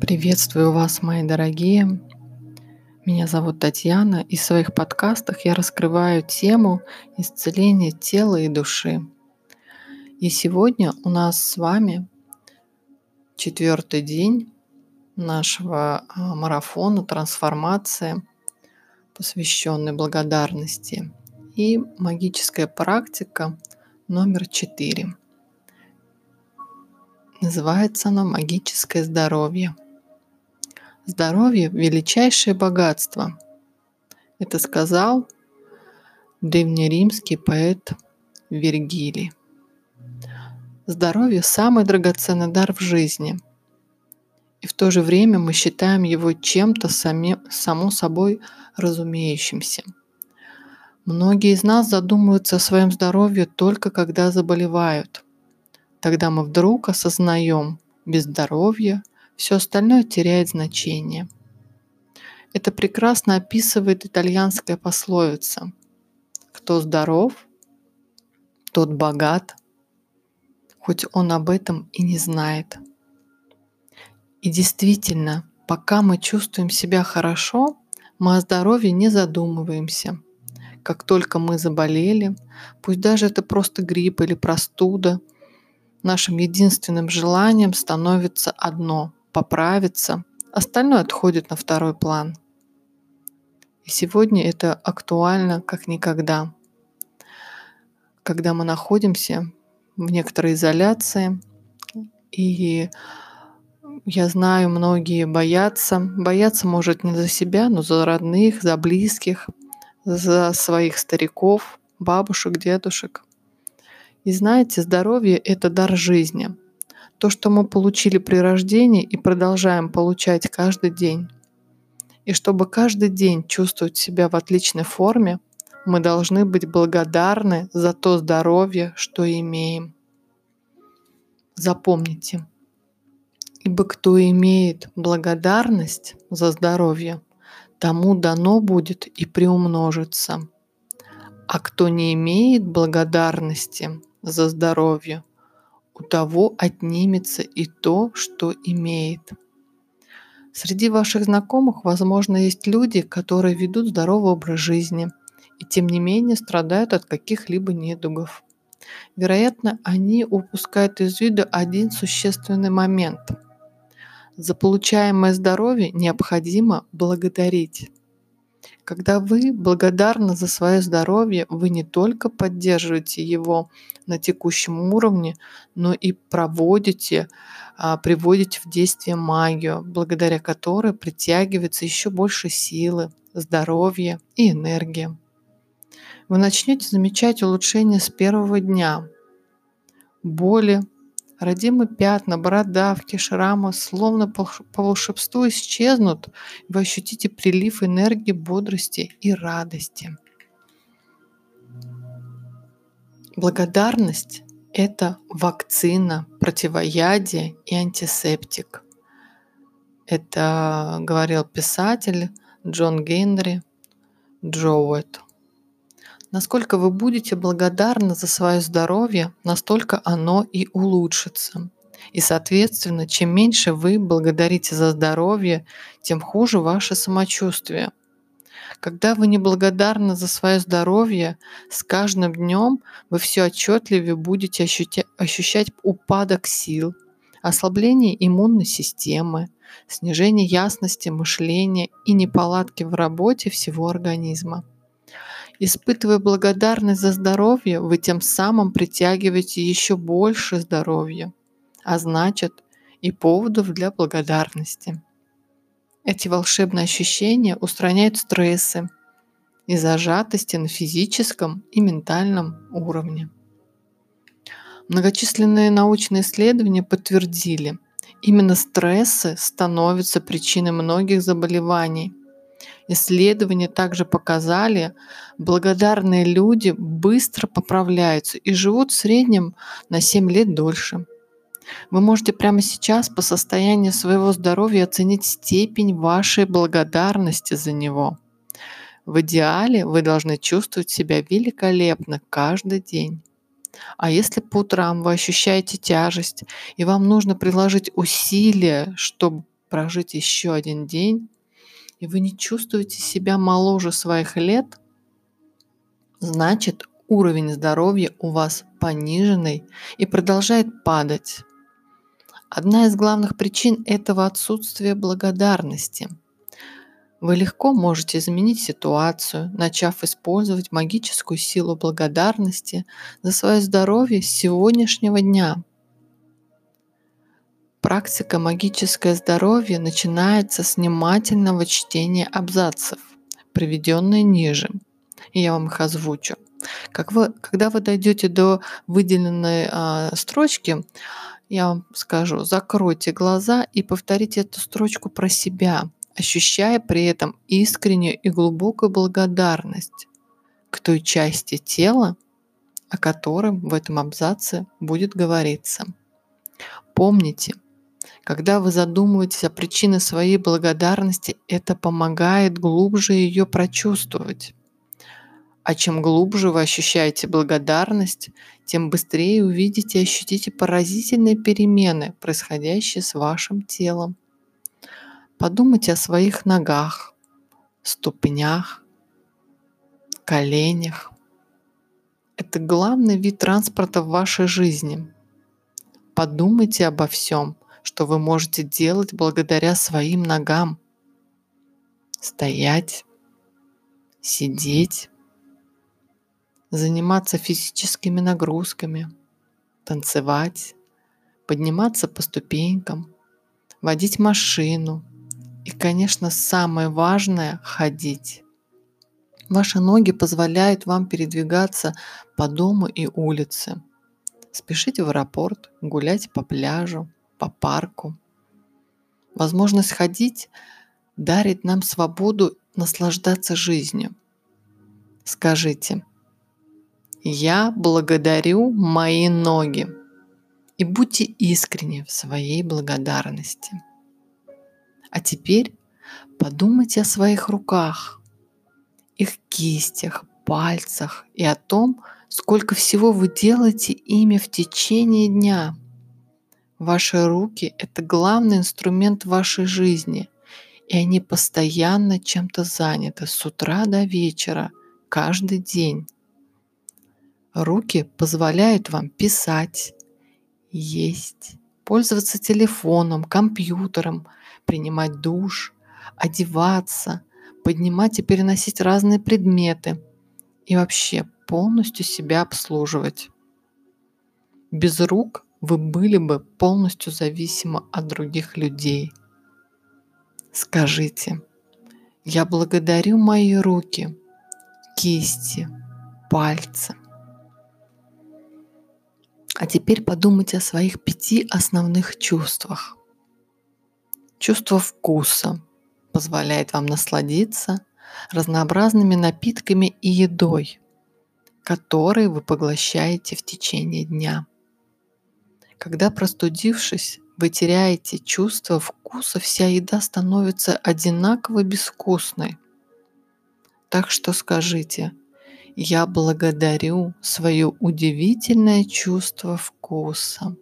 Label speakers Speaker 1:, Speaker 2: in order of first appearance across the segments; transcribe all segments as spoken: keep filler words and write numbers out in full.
Speaker 1: Приветствую вас, мои дорогие. Меня зовут Татьяна, и в своих подкастах я раскрываю тему исцеления тела и души. И сегодня у нас с вами четвертый день нашего а, марафона трансформации, посвященный благодарности, и магическая практика номер четыре. Называется она «Магическое здоровье». Здоровье – величайшее богатство. Это сказал древнеримский поэт Вергилий. Здоровье – самый драгоценный дар в жизни. И в то же время мы считаем его чем-то сами, само собой разумеющимся. Многие из нас задумываются о своем здоровье только когда заболевают. Тогда мы вдруг осознаем, без здоровья все остальное теряет значение. Это прекрасно описывает итальянская пословица: «Кто здоров, тот богат, хоть он об этом и не знает». И действительно, пока мы чувствуем себя хорошо, мы о здоровье не задумываемся. Как только мы заболели, пусть даже это просто грипп или простуда, нашим единственным желанием становится одно – поправиться, остальное отходит на второй план. И сегодня это актуально как никогда. Когда мы находимся в некоторой изоляции, и я знаю, многие боятся. Боятся, может, не за себя, но за родных, за близких, за своих стариков, бабушек, дедушек. И знаете, здоровье – это дар жизни. То, что мы получили при рождении и продолжаем получать каждый день. И чтобы каждый день чувствовать себя в отличной форме, мы должны быть благодарны за то здоровье, что имеем. Запомните, ибо кто имеет благодарность за здоровье, тому дано будет и приумножится. А кто не имеет благодарности за здоровье, у того отнимется и то, что имеет. Среди ваших знакомых, возможно, есть люди, которые ведут здоровый образ жизни и тем не менее страдают от каких-либо недугов. Вероятно, они упускают из виду один существенный момент. За получаемое здоровье необходимо благодарить. Когда вы благодарны за свое здоровье, вы не только поддерживаете его на текущем уровне, но и проводите, а, приводите в действие магию, благодаря которой притягивается еще больше силы, здоровья и энергии. Вы начнете замечать улучшение с первого дня. Боли, родимые пятна, бородавки, шрамы словно по волшебству исчезнут, и вы ощутите прилив энергии, бодрости и радости. Благодарность – это вакцина, противоядие и антисептик. Это говорил писатель Джон Генри Джоуэт. Насколько вы будете благодарны за свое здоровье, настолько оно и улучшится. И, соответственно, чем меньше вы благодарите за здоровье, тем хуже ваше самочувствие. Когда вы не благодарны за свое здоровье, с каждым днем вы все отчетливее будете ощутя- ощущать упадок сил, ослабление иммунной системы, снижение ясности мышления и неполадки в работе всего организма. Испытывая благодарность за здоровье, вы тем самым притягиваете еще больше здоровья, а значит и поводов для благодарности. Эти волшебные ощущения устраняют стрессы и зажатости на физическом и ментальном уровне. Многочисленные научные исследования подтвердили, именно стрессы становятся причиной многих заболеваний. Исследования также показали, благодарные люди быстро поправляются и живут в среднем на семь лет дольше. Вы можете прямо сейчас по состоянию своего здоровья оценить степень вашей благодарности за него. В идеале вы должны чувствовать себя великолепно каждый день. А если по утрам вы ощущаете тяжесть, и вам нужно приложить усилия, чтобы прожить еще один день, и вы не чувствуете себя моложе своих лет, значит, уровень здоровья у вас пониженный и продолжает падать. Одна из главных причин этого отсутствия благодарности. Вы легко можете изменить ситуацию, начав использовать магическую силу благодарности за свое здоровье с сегодняшнего дня. Практика «Магическое здоровье» начинается с внимательного чтения абзацев, приведенные ниже. И я вам их озвучу. Как вы, когда вы дойдете до выделенной а, строчки, я вам скажу, закройте глаза и повторите эту строчку про себя, ощущая при этом искреннюю и глубокую благодарность к той части тела, о котором в этом абзаце будет говориться. Помните, когда вы задумываетесь о причине своей благодарности, это помогает глубже ее прочувствовать. А чем глубже вы ощущаете благодарность, тем быстрее увидите и ощутите поразительные перемены, происходящие с вашим телом. Подумайте о своих ногах, ступнях, коленях. Это главный вид транспорта в вашей жизни. Подумайте обо всем, что вы можете делать благодаря своим ногам. Стоять, сидеть, заниматься физическими нагрузками, танцевать, подниматься по ступенькам, водить машину и, конечно, самое важное – ходить. Ваши ноги позволяют вам передвигаться по дому и улице, спешить в аэропорт, гулять по пляжу, по парку. Возможность ходить дарит нам свободу наслаждаться жизнью. Скажите: «Я благодарю мои ноги», и будьте искренни в своей благодарности. А теперь подумайте о своих руках, их кистях, пальцах и о том, сколько всего вы делаете ими в течение дня. Ваши руки – это главный инструмент вашей жизни, и они постоянно чем-то заняты с утра до вечера, каждый день. Руки позволяют вам писать, есть, пользоваться телефоном, компьютером, принимать душ, одеваться, поднимать и переносить разные предметы и вообще полностью себя обслуживать. Без рук вы были бы полностью зависимы от других людей. Скажите: «Я благодарю мои руки, кисти, пальцы». А теперь подумайте о своих пяти основных чувствах. Чувство вкуса позволяет вам насладиться разнообразными напитками и едой, которые вы поглощаете в течение дня. Когда, простудившись, вы теряете чувство вкуса, вся еда становится одинаково безвкусной. Так что скажите: «Я благодарю свое удивительное чувство вкуса».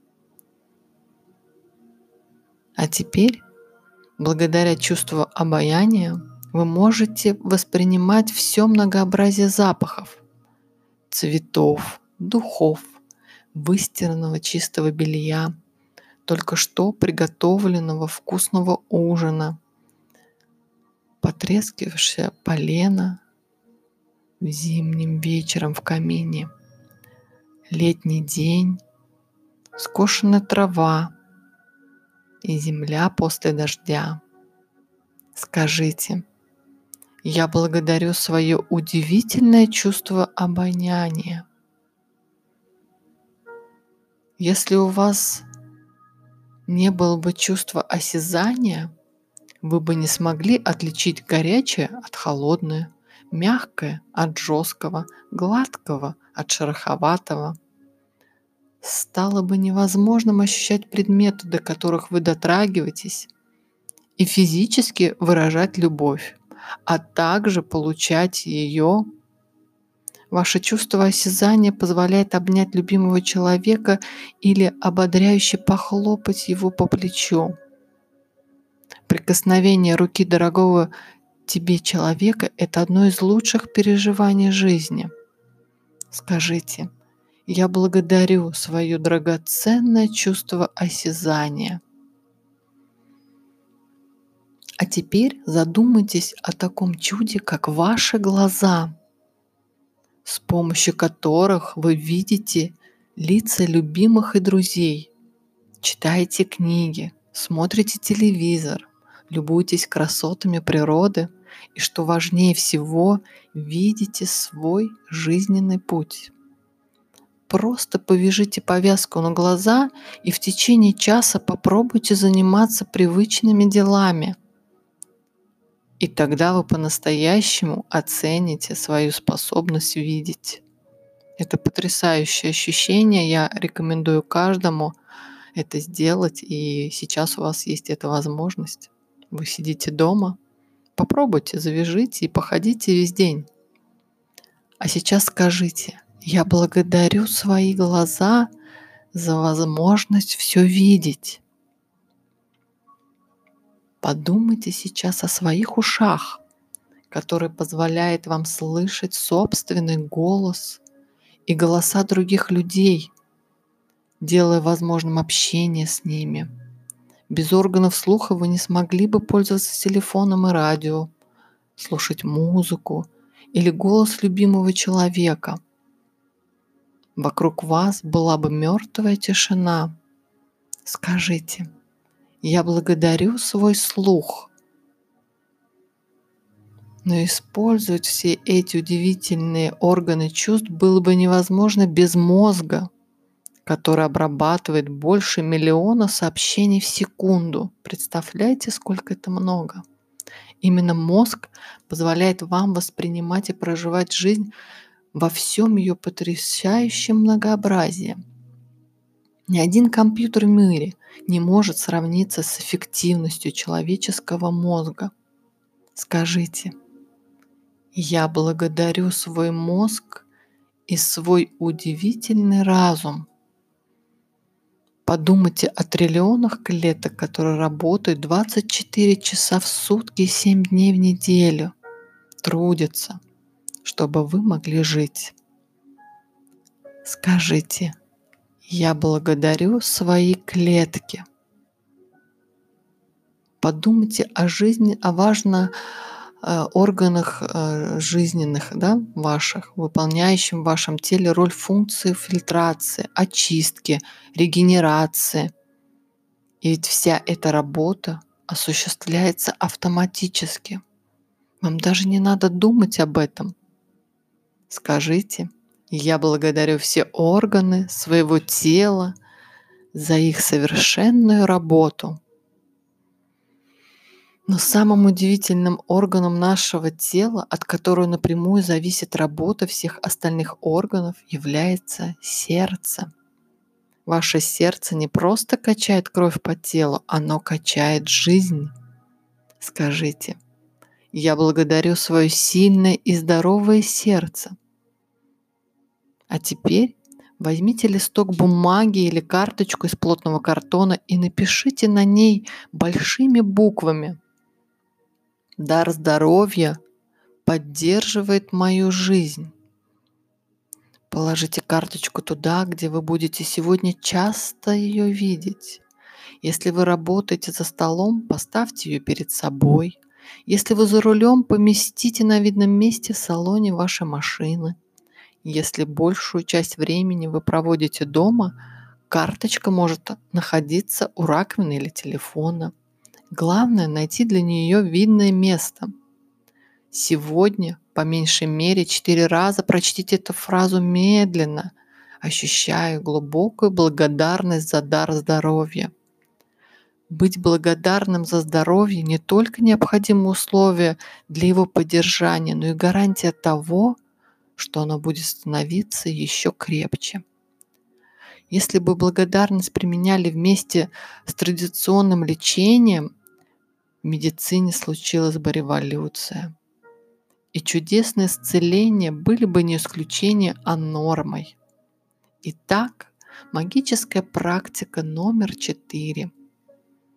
Speaker 1: А теперь, благодаря чувству обоняния, вы можете воспринимать все многообразие запахов, цветов, духов, выстиранного чистого белья, только что приготовленного вкусного ужина, потрескавшее полено зимним вечером в камине, летний день, скошенная трава и земля после дождя. Скажите: «Я благодарю свое удивительное чувство обоняния». Если у вас не было бы чувства осязания, вы бы не смогли отличить горячее от холодного, мягкое от жесткого, гладкого от шероховатого. Стало бы невозможным ощущать предметы, до которых вы дотрагиваетесь, и физически выражать любовь, а также получать ее. Ваше чувство осязания позволяет обнять любимого человека или ободряюще похлопать его по плечу. Прикосновение руки дорогого тебе человека – это одно из лучших переживаний жизни. Скажите: «Я благодарю свое драгоценное чувство осязания». А теперь задумайтесь о таком чуде, как ваши глаза, с помощью которых вы видите лица любимых и друзей, читаете книги, смотрите телевизор, любуетесь красотами природы и, что важнее всего, видите свой жизненный путь. Просто повяжите повязку на глаза и в течение часа попробуйте заниматься привычными делами. И тогда вы по-настоящему оцените свою способность видеть. Это потрясающее ощущение, я рекомендую каждому это сделать, и сейчас у вас есть эта возможность. Вы сидите дома, попробуйте, завяжите и походите весь день. А сейчас скажите: «Я благодарю свои глаза за возможность все видеть». Подумайте сейчас о своих ушах, который позволяет вам слышать собственный голос и голоса других людей, делая возможным общение с ними. Без органов слуха вы не смогли бы пользоваться телефоном и радио, слушать музыку или голос любимого человека. Вокруг вас была бы мертвая тишина. Скажите: «Я благодарю свой слух». Но использовать все эти удивительные органы чувств было бы невозможно без мозга, который обрабатывает больше миллиона сообщений в секунду. Представляете, сколько это много? Именно мозг позволяет вам воспринимать и проживать жизнь во всем ее потрясающем многообразии. Ни один компьютер в мире не может сравниться с эффективностью человеческого мозга. Скажите: «Я благодарю свой мозг и свой удивительный разум». Подумайте о триллионах клеток, которые работают двадцать четыре часа в сутки, семь дней в неделю, трудятся, чтобы вы могли жить. Скажите: «Я благодарю свои клетки». Подумайте о жизни, о важных э, органах э, жизненных, да, ваших, выполняющих в вашем теле роль функции фильтрации, очистки, регенерации. И ведь вся эта работа осуществляется автоматически. Вам даже не надо думать об этом. Скажите: «Я благодарю все органы своего тела за их совершенную работу». Но самым удивительным органом нашего тела, от которого напрямую зависит работа всех остальных органов, является сердце. Ваше сердце не просто качает кровь по телу, оно качает жизнь. Скажите: «Я благодарю свое сильное и здоровое сердце». А теперь возьмите листок бумаги или карточку из плотного картона и напишите на ней большими буквами: «Дар здоровья поддерживает мою жизнь». Положите карточку туда, где вы будете сегодня часто ее видеть. Если вы работаете за столом, поставьте ее перед собой. Если вы за рулем, поместите на видном месте в салоне вашей машины. Если большую часть времени вы проводите дома, карточка может находиться у раковины или телефона. Главное — найти для нее видное место. Сегодня по меньшей мере четыре раза прочтите эту фразу медленно, ощущая глубокую благодарность за дар здоровья. Быть благодарным за здоровье не только необходимое условие для его поддержания, но и гарантия того, что оно будет становиться еще крепче. Если бы благодарность применяли вместе с традиционным лечением, в медицине случилась бы революция. И чудесные исцеления были бы не исключением, а нормой. Итак, магическая практика номер четыре.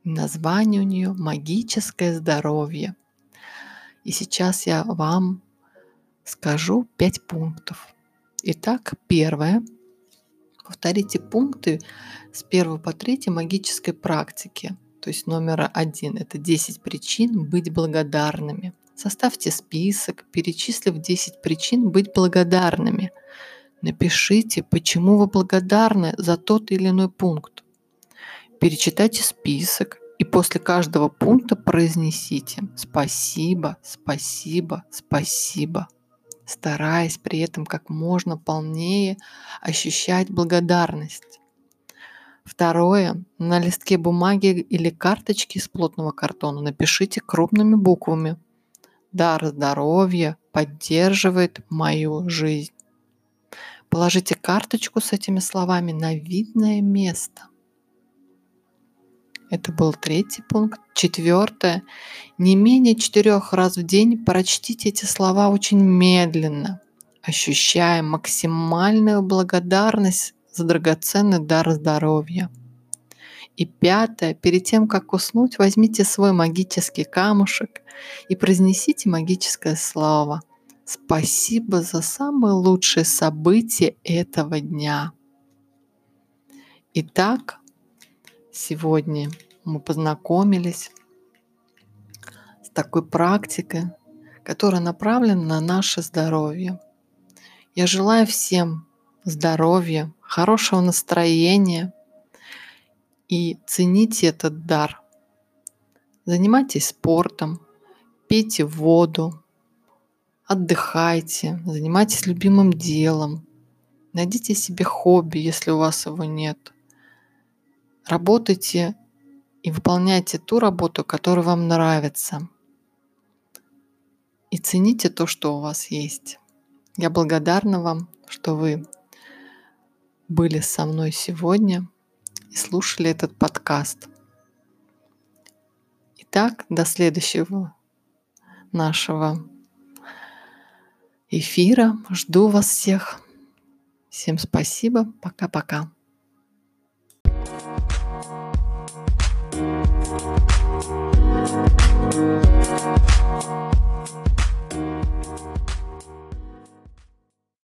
Speaker 1: Название у нее «Магическое здоровье». И сейчас я вам скажу пять пунктов. Итак, первое. Повторите пункты с первого по третий магической практики. То есть номер один – это десять причин быть благодарными. Составьте список, перечислив десять причин быть благодарными. Напишите, почему вы благодарны за тот или иной пункт. Перечитайте список и после каждого пункта произнесите «спасибо, спасибо, спасибо», стараясь при этом как можно полнее ощущать благодарность. Второе. На листке бумаги или карточке из плотного картона напишите крупными буквами «Дар здоровья поддерживает мою жизнь». Положите карточку с этими словами на видное место. Это был третий пункт. Четвертое. Не менее четырех раз в день прочтите эти слова очень медленно, ощущая максимальную благодарность за драгоценный дар здоровья. И пятое. Перед тем, как уснуть, возьмите свой магический камушек и произнесите магическое слово «Спасибо за самые лучшие события этого дня». Итак, сегодня мы познакомились с такой практикой, которая направлена на наше здоровье. Я желаю всем здоровья, хорошего настроения и цените этот дар. Занимайтесь спортом, пейте воду, отдыхайте, занимайтесь любимым делом, найдите себе хобби, если у вас его нет. Работайте и выполняйте ту работу, которая вам нравится. И цените то, что у вас есть. Я благодарна вам, что вы были со мной сегодня и слушали этот подкаст. Итак, до следующего нашего эфира. Жду вас всех. Всем спасибо. Пока-пока.